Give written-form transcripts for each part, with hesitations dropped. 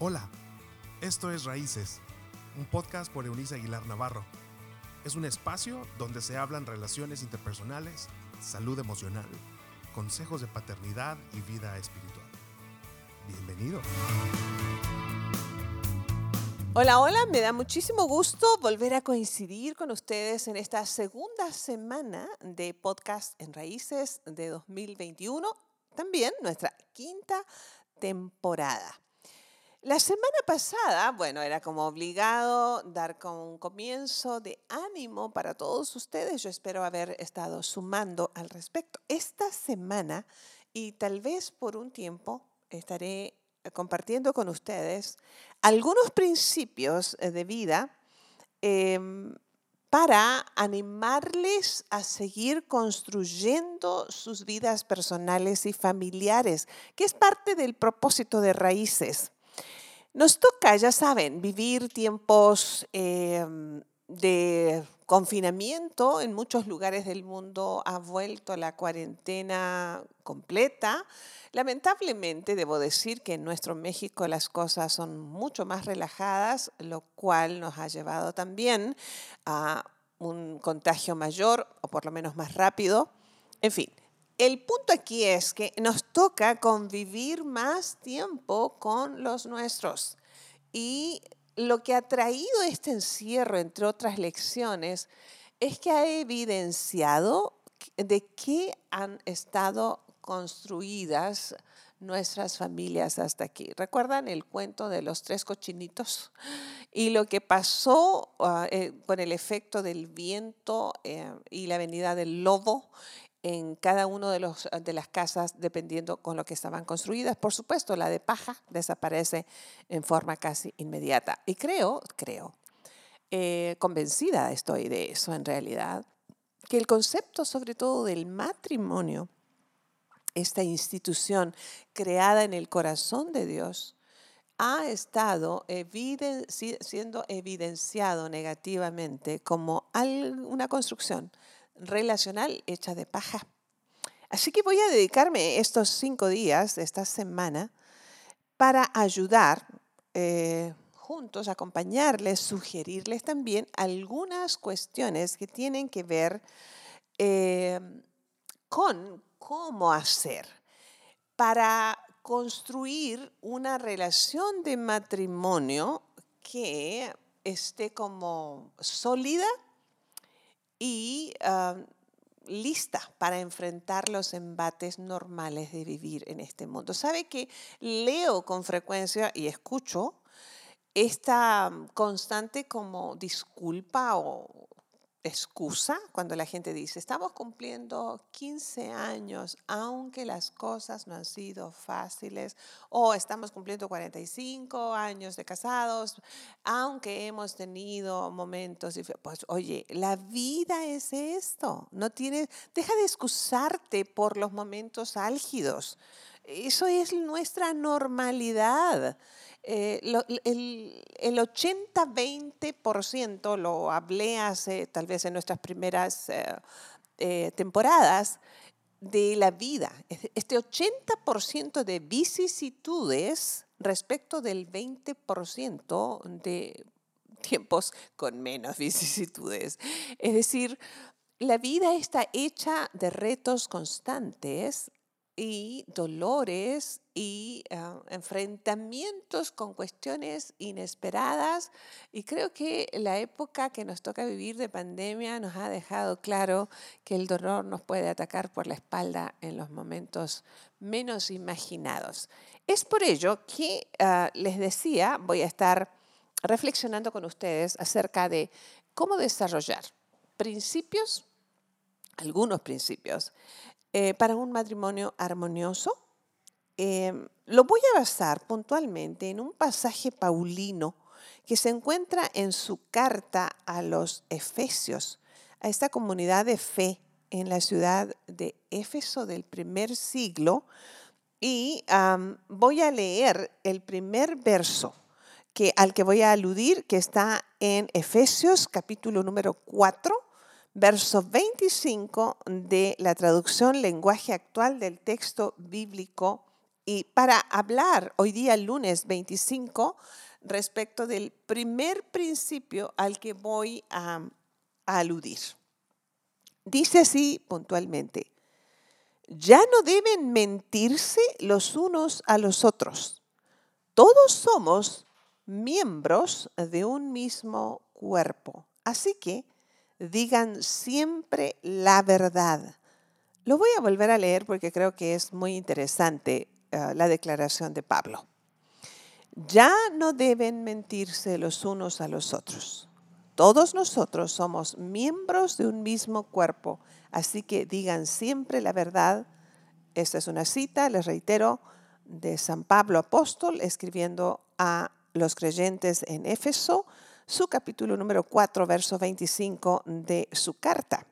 Hola, esto es Raíces, un podcast por Eunice Aguilar Navarro. Es un espacio donde se hablan relaciones interpersonales, salud emocional, consejos de paternidad y vida espiritual. Bienvenido. Hola, me da muchísimo gusto volver a coincidir con ustedes en esta segunda semana de podcast en Raíces de 2021, también nuestra quinta temporada. La semana pasada, era como obligado dar como un comienzo de ánimo para todos ustedes. Yo espero haber estado sumando al respecto. Esta semana, y tal vez por un tiempo, estaré compartiendo con ustedes algunos principios de vida para animarles a seguir construyendo sus vidas personales y familiares, que es parte del propósito de Raíces. Nos toca, ya saben, vivir tiempos de confinamiento. En muchos lugares del mundo ha vuelto la cuarentena completa. Lamentablemente, debo decir que en nuestro México las cosas son mucho más relajadas, lo cual nos ha llevado también a un contagio mayor o por lo menos más rápido. En fin, el punto aquí es que nos toca convivir más tiempo con los nuestros. Y lo que ha traído este encierro, entre otras lecciones, es que ha evidenciado de qué han estado construidas nuestras familias hasta aquí. ¿Recuerdan el cuento de los 3 cochinitos? Y lo que pasó con el efecto del viento y la venida del lobo en cada uno de las casas, dependiendo con lo que estaban construidas. Por supuesto, la de paja desaparece en forma casi inmediata. Y creo, convencida estoy de eso en realidad, que el concepto sobre todo del matrimonio, esta institución creada en el corazón de Dios, ha estado siendo evidenciado negativamente como una construcción relacional hecha de paja. Así que voy a dedicarme estos 5 días de esta semana para ayudar juntos, acompañarles, sugerirles también algunas cuestiones que tienen que ver eh, con cómo hacer para construir una relación de matrimonio que esté como sólida y lista para enfrentar los embates normales de vivir en este mundo. ¿Sabe que leo con frecuencia y escucho esta constante como disculpa o excusa cuando la gente dice, estamos cumpliendo 15 años, aunque las cosas no han sido fáciles, o estamos cumpliendo 45 años de casados, aunque hemos tenido momentos difíciles? Pues oye, la vida es esto, deja de excusarte por los momentos álgidos. Eso es nuestra normalidad. El 80-20%, lo hablé hace tal vez en nuestras primeras temporadas, de la vida. Este 80% de vicisitudes respecto del 20% de tiempos con menos vicisitudes. Es decir, la vida está hecha de retos constantes y dolores y enfrentamientos con cuestiones inesperadas. Y creo que la época que nos toca vivir de pandemia nos ha dejado claro que el dolor nos puede atacar por la espalda en los momentos menos imaginados. Es por ello que les decía, voy a estar reflexionando con ustedes acerca de cómo desarrollar principios, algunos principios, para un matrimonio armonioso. Lo voy a basar puntualmente en un pasaje paulino que se encuentra en su carta a los Efesios, a esta comunidad de fe en la ciudad de Éfeso del primer siglo. Y voy a leer el primer verso al que voy a aludir, que está en Efesios capítulo número 4, verso 25 de la traducción lenguaje actual del texto bíblico y para hablar hoy día, lunes 25, respecto del primer principio al que voy a aludir. Dice así puntualmente: ya no deben mentirse los unos a los otros. Todos somos miembros de un mismo cuerpo, así que digan siempre la verdad. Lo voy a volver a leer porque creo que es muy interesante la declaración de Pablo. Ya no deben mentirse los unos a los otros. Todos nosotros somos miembros de un mismo cuerpo, así que digan siempre la verdad. Esta es una cita, les reitero, de San Pablo apóstol escribiendo a los creyentes en Éfeso, su capítulo número 4, verso 25 de su carta.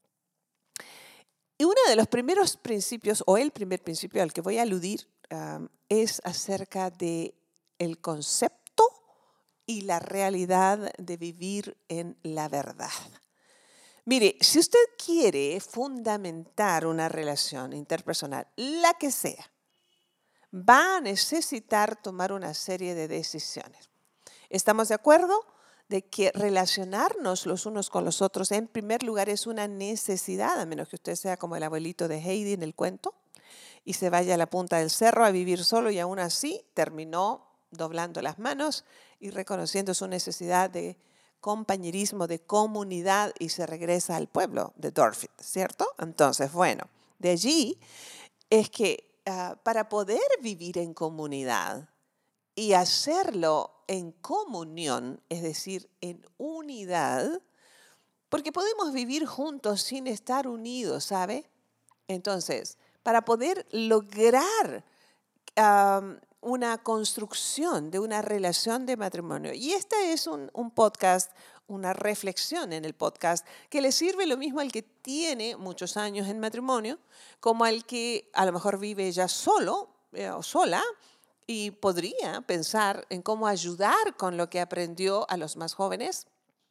Y uno de los primeros principios, o el primer principio al que voy a aludir, es acerca de el concepto y la realidad de vivir en la verdad. Mire, si usted quiere fundamentar una relación interpersonal, la que sea, va a necesitar tomar una serie de decisiones. ¿Estamos de acuerdo de que relacionarnos los unos con los otros en primer lugar es una necesidad, a menos que usted sea como el abuelito de Heidi en el cuento y se vaya a la punta del cerro a vivir solo y aún así terminó doblando las manos y reconociendo su necesidad de compañerismo, de comunidad y se regresa al pueblo de Dorfit, ¿cierto? Entonces, bueno, de allí es que para poder vivir en comunidad y hacerlo en comunión, es decir, en unidad, porque podemos vivir juntos sin estar unidos, ¿sabe? Entonces, para poder lograr una construcción de una relación de matrimonio. Y este es un podcast, una reflexión en el podcast que le sirve lo mismo al que tiene muchos años en matrimonio, como al que a lo mejor vive ya solo o sola y podría pensar en cómo ayudar con lo que aprendió a los más jóvenes.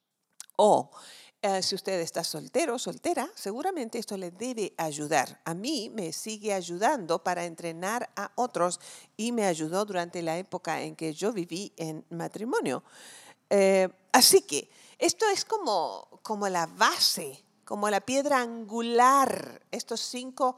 O si usted está soltero o soltera, seguramente esto le debe ayudar. A mí me sigue ayudando para entrenar a otros y me ayudó durante la época en que yo viví en matrimonio. Así que esto es como la base, como la piedra angular. Estos 5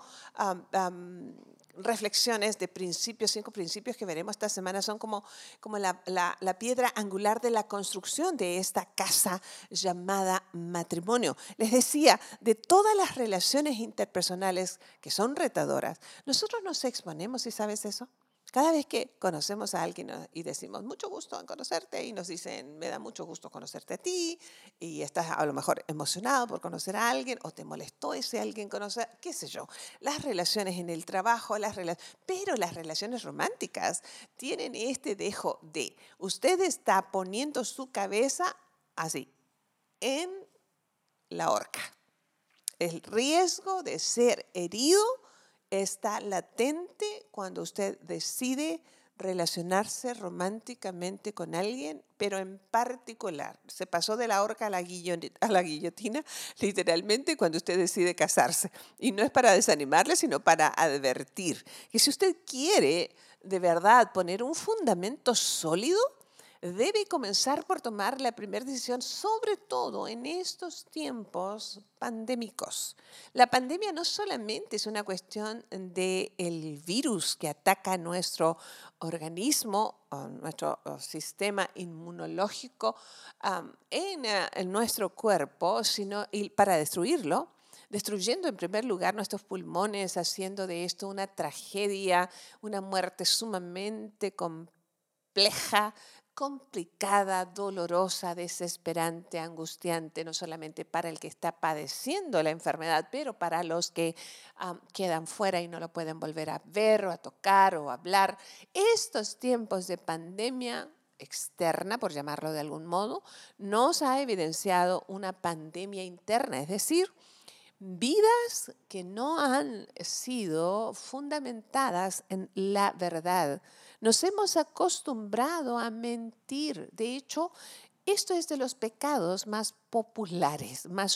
reflexiones de principios, 5 principios que veremos esta semana son como la piedra angular de la construcción de esta casa llamada matrimonio. Les decía, de todas las relaciones interpersonales que son retadoras, nosotros nos exponemos, ¿y sabes eso? Cada vez que conocemos a alguien y decimos, mucho gusto en conocerte, y nos dicen, me da mucho gusto conocerte a ti, y estás a lo mejor emocionado por conocer a alguien, o te molestó ese alguien conocer, qué sé yo. Las relaciones en el trabajo, pero las relaciones románticas tienen este dejo de, usted está poniendo su cabeza así, en la horca. El riesgo de ser herido está latente cuando usted decide relacionarse románticamente con alguien, pero en particular, se pasó de la horca a la guillotina, literalmente cuando usted decide casarse. Y no es para desanimarle, sino para advertir que si usted quiere de verdad poner un fundamento sólido, debe comenzar por tomar la primera decisión, sobre todo en estos tiempos pandémicos. La pandemia no solamente es una cuestión del virus que ataca nuestro organismo, nuestro sistema inmunológico en nuestro cuerpo, sino y para destruirlo, destruyendo en primer lugar nuestros pulmones, haciendo de esto una tragedia, una muerte sumamente compleja, complicada, dolorosa, desesperante, angustiante, no solamente para el que está padeciendo la enfermedad, pero para los que quedan fuera y no lo pueden volver a ver o a tocar o a hablar. Estos tiempos de pandemia externa, por llamarlo de algún modo, nos ha evidenciado una pandemia interna, es decir, vidas que no han sido fundamentadas en la verdad. Nos hemos acostumbrado a mentir. De hecho, esto es de los pecados más populares, más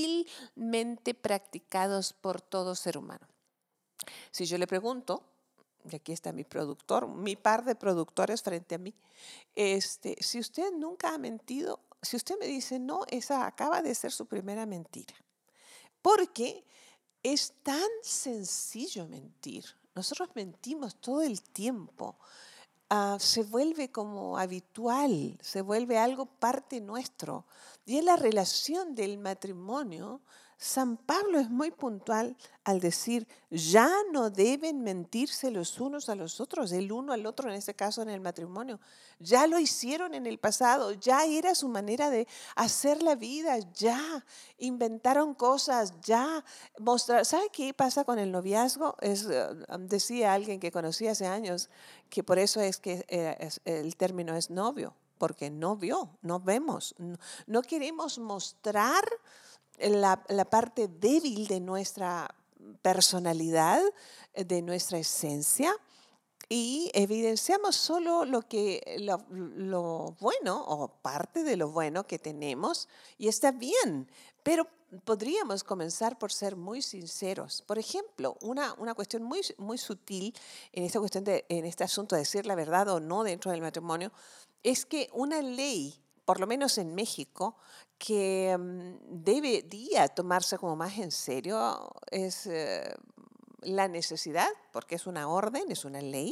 sutilmente practicados por todo ser humano. Si yo le pregunto, y aquí está mi productor, mi par de productores frente a mí, si usted nunca ha mentido, si usted me dice, no, esa acaba de ser su primera mentira, porque es tan sencillo mentir. Nosotros mentimos todo el tiempo. Se vuelve como habitual, se vuelve algo parte nuestro. Y en la relación del matrimonio, San Pablo es muy puntual al decir, ya no deben mentirse los unos a los otros, el uno al otro, en este caso en el matrimonio. Ya lo hicieron en el pasado, ya era su manera de hacer la vida, ya inventaron cosas, ya mostrar. ¿Sabe qué pasa con el noviazgo? Decía alguien que conocí hace años, que por eso es que el término es novio, porque no vio, no vemos, no queremos mostrar la parte débil de nuestra personalidad, de nuestra esencia, y evidenciamos solo lo bueno o parte de lo bueno que tenemos, y está bien, pero podríamos comenzar por ser muy sinceros. Por ejemplo, una cuestión muy, muy sutil en esta cuestión en este asunto de decir la verdad o no dentro del matrimonio, es que una ley, por lo menos en México, que debería tomarse como más en serio es la necesidad, porque es una orden, es una ley,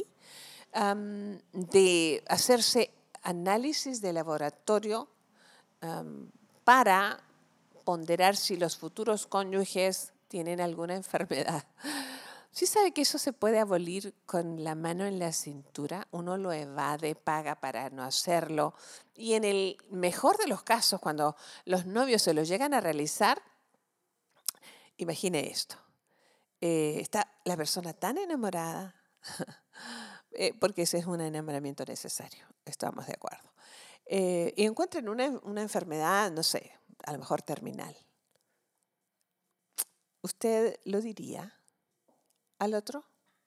de hacerse análisis de laboratorio para ponderar si los futuros cónyuges tienen alguna enfermedad. ¿Sí sabe que eso se puede abolir con la mano en la cintura? Uno lo evade, paga para no hacerlo. Y en el mejor de los casos, cuando los novios se lo llegan a realizar, imagine esto. Está la persona tan enamorada, porque ese es un enamoramiento necesario, estamos de acuerdo. Y encuentran una enfermedad, no sé, a lo mejor terminal. ¿Usted lo diría al otro?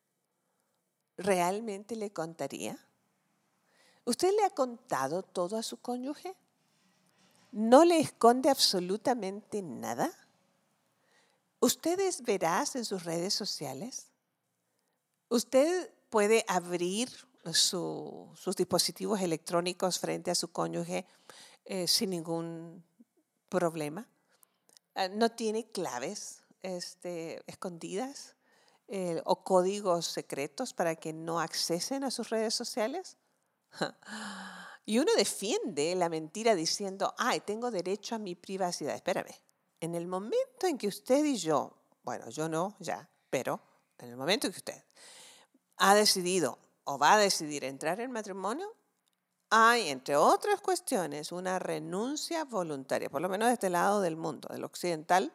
¿Realmente le contaría? ¿Usted le ha contado todo a su cónyuge? ¿No le esconde absolutamente nada? ¿Usted es veraz en sus redes sociales? ¿Usted puede abrir sus dispositivos electrónicos frente a su cónyuge sin ningún problema? ¿No tiene claves escondidas o códigos secretos para que no accesen a sus redes sociales? Y uno defiende la mentira diciendo, ay, tengo derecho a mi privacidad. Espérame, en el momento en que usted y yo, bueno, yo no, ya, pero en el momento en que usted ha decidido o va a decidir entrar en matrimonio, hay, entre otras cuestiones, una renuncia voluntaria, por lo menos de este lado del mundo, del occidental,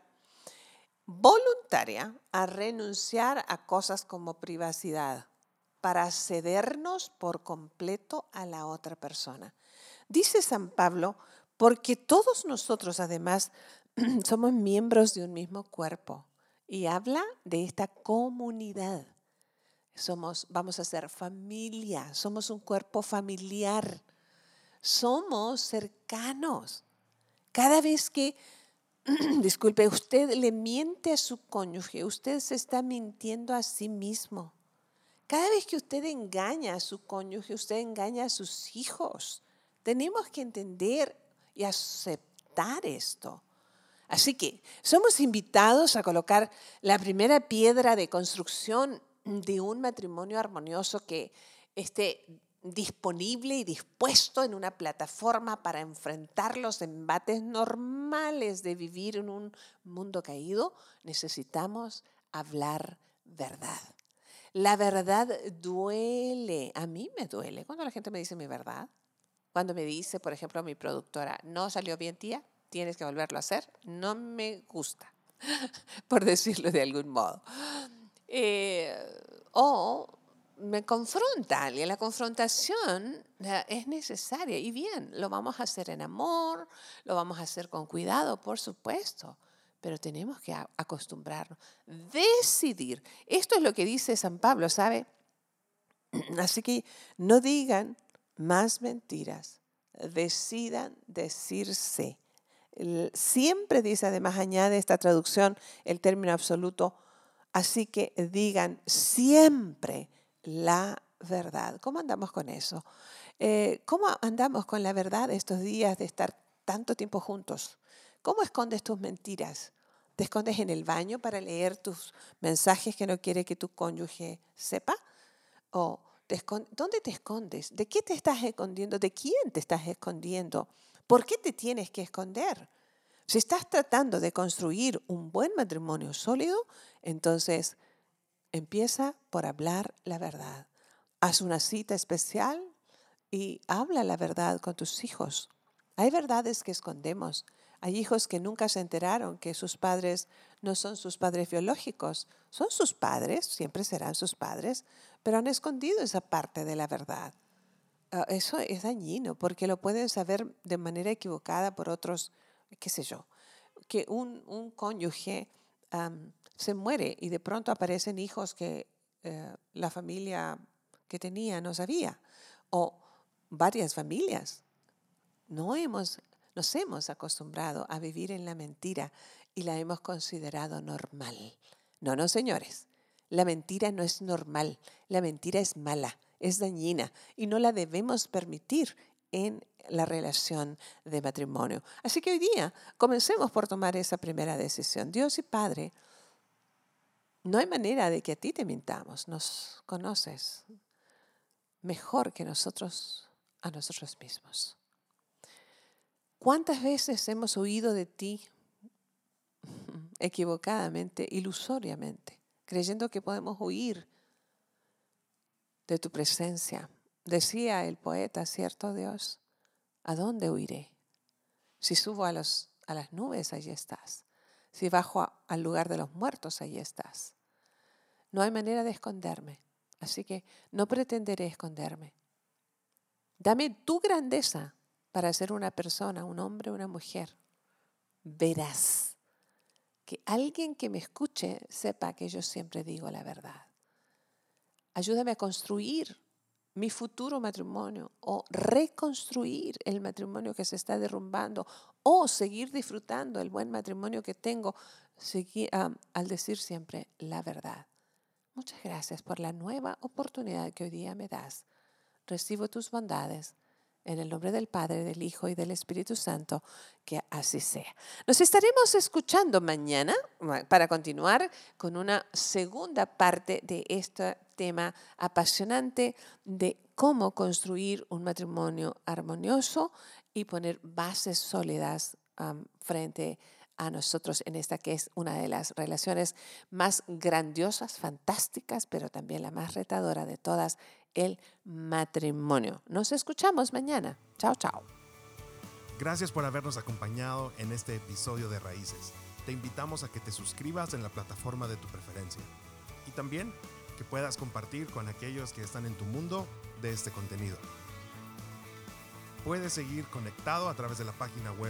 voluntaria a renunciar a cosas como privacidad para cedernos por completo a la otra persona. Dice San Pablo, porque todos nosotros además somos miembros de un mismo cuerpo y habla de esta comunidad. Vamos a ser familia, somos un cuerpo familiar, somos cercanos. Cada vez que, disculpe, usted le miente a su cónyuge, usted se está mintiendo a sí mismo. Cada vez que usted engaña a su cónyuge, usted engaña a sus hijos. Tenemos que entender y aceptar esto. Así que somos invitados a colocar la primera piedra de construcción de un matrimonio armonioso que esté disponible y dispuesto en una plataforma para enfrentar los embates normales de vivir en un mundo caído. Necesitamos hablar verdad. La verdad duele. A mí me duele cuando la gente me dice mi verdad. Cuando me dice, por ejemplo, mi productora, no salió bien, tía, tienes que volverlo a hacer. No me gusta, por decirlo de algún modo. O me confrontan y la confrontación es necesaria. Y bien, lo vamos a hacer en amor, lo vamos a hacer con cuidado, por supuesto. Pero tenemos que acostumbrarnos, decidir. Esto es lo que dice San Pablo, ¿sabe? Así que no digan más mentiras, decidan decirse. Siempre dice, además añade esta traducción, el término absoluto, así que digan siempre la verdad. ¿Cómo andamos con eso? ¿Cómo andamos con la verdad estos días de estar tanto tiempo juntos? ¿Cómo escondes tus mentiras? ¿Te escondes en el baño para leer tus mensajes que no quiere que tu cónyuge sepa? ¿O dónde te escondes? ¿De qué te estás escondiendo? ¿De quién te estás escondiendo? ¿Por qué te tienes que esconder? Si estás tratando de construir un buen matrimonio sólido, entonces empieza por hablar la verdad. Haz una cita especial y habla la verdad con tus hijos. Hay verdades que escondemos. Hay hijos que nunca se enteraron que sus padres no son sus padres biológicos. Son sus padres, siempre serán sus padres, pero han escondido esa parte de la verdad. Eso es dañino porque lo pueden saber de manera equivocada por otros, qué sé yo, que un cónyuge se muere y de pronto aparecen hijos que la familia que tenía no sabía, o varias familias. Nos hemos acostumbrado a vivir en la mentira y la hemos considerado normal. No, no, señores. La mentira no es normal. La mentira es mala, es dañina y no la debemos permitir en la relación de matrimonio. Así que hoy día comencemos por tomar esa primera decisión. Dios y Padre, no hay manera de que a ti te mintamos. Nos conoces mejor que nosotros a nosotros mismos. ¿Cuántas veces hemos huido de ti equivocadamente, ilusoriamente, creyendo que podemos huir de tu presencia? Decía el poeta, ¿cierto, Dios? ¿A dónde huiré? Si subo a las nubes, allí estás. Si bajo al lugar de los muertos, allí estás. No hay manera de esconderme, así que no pretenderé esconderme. Dame tu grandeza para ser una persona, un hombre, una mujer. Verás. Que alguien que me escuche sepa que yo siempre digo la verdad. Ayúdame a construir mi futuro matrimonio o reconstruir el matrimonio que se está derrumbando o seguir disfrutando el buen matrimonio que tengo al decir siempre la verdad. Muchas gracias por la nueva oportunidad que hoy día me das. Recibo tus bondades. En el nombre del Padre, del Hijo y del Espíritu Santo, que así sea. Nos estaremos escuchando mañana para continuar con una segunda parte de este tema apasionante de cómo construir un matrimonio armonioso y poner bases sólidas frente a nosotros en esta que es una de las relaciones más grandiosas, fantásticas, pero también la más retadora de todas, el matrimonio. Nos escuchamos mañana. Chao, chao. Gracias por habernos acompañado en este episodio de Raíces. Te invitamos a que te suscribas en la plataforma de tu preferencia y también que puedas compartir con aquellos que están en tu mundo de este contenido. Puedes seguir conectado a través de la página web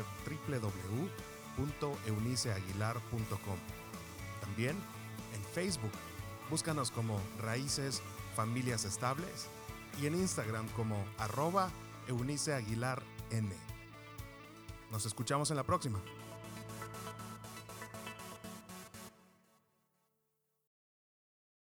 www.euniceaguilar.com. También en Facebook, búscanos como Raíces Familias Estables y en Instagram como @EuniceAguilarN. Nos escuchamos en la próxima.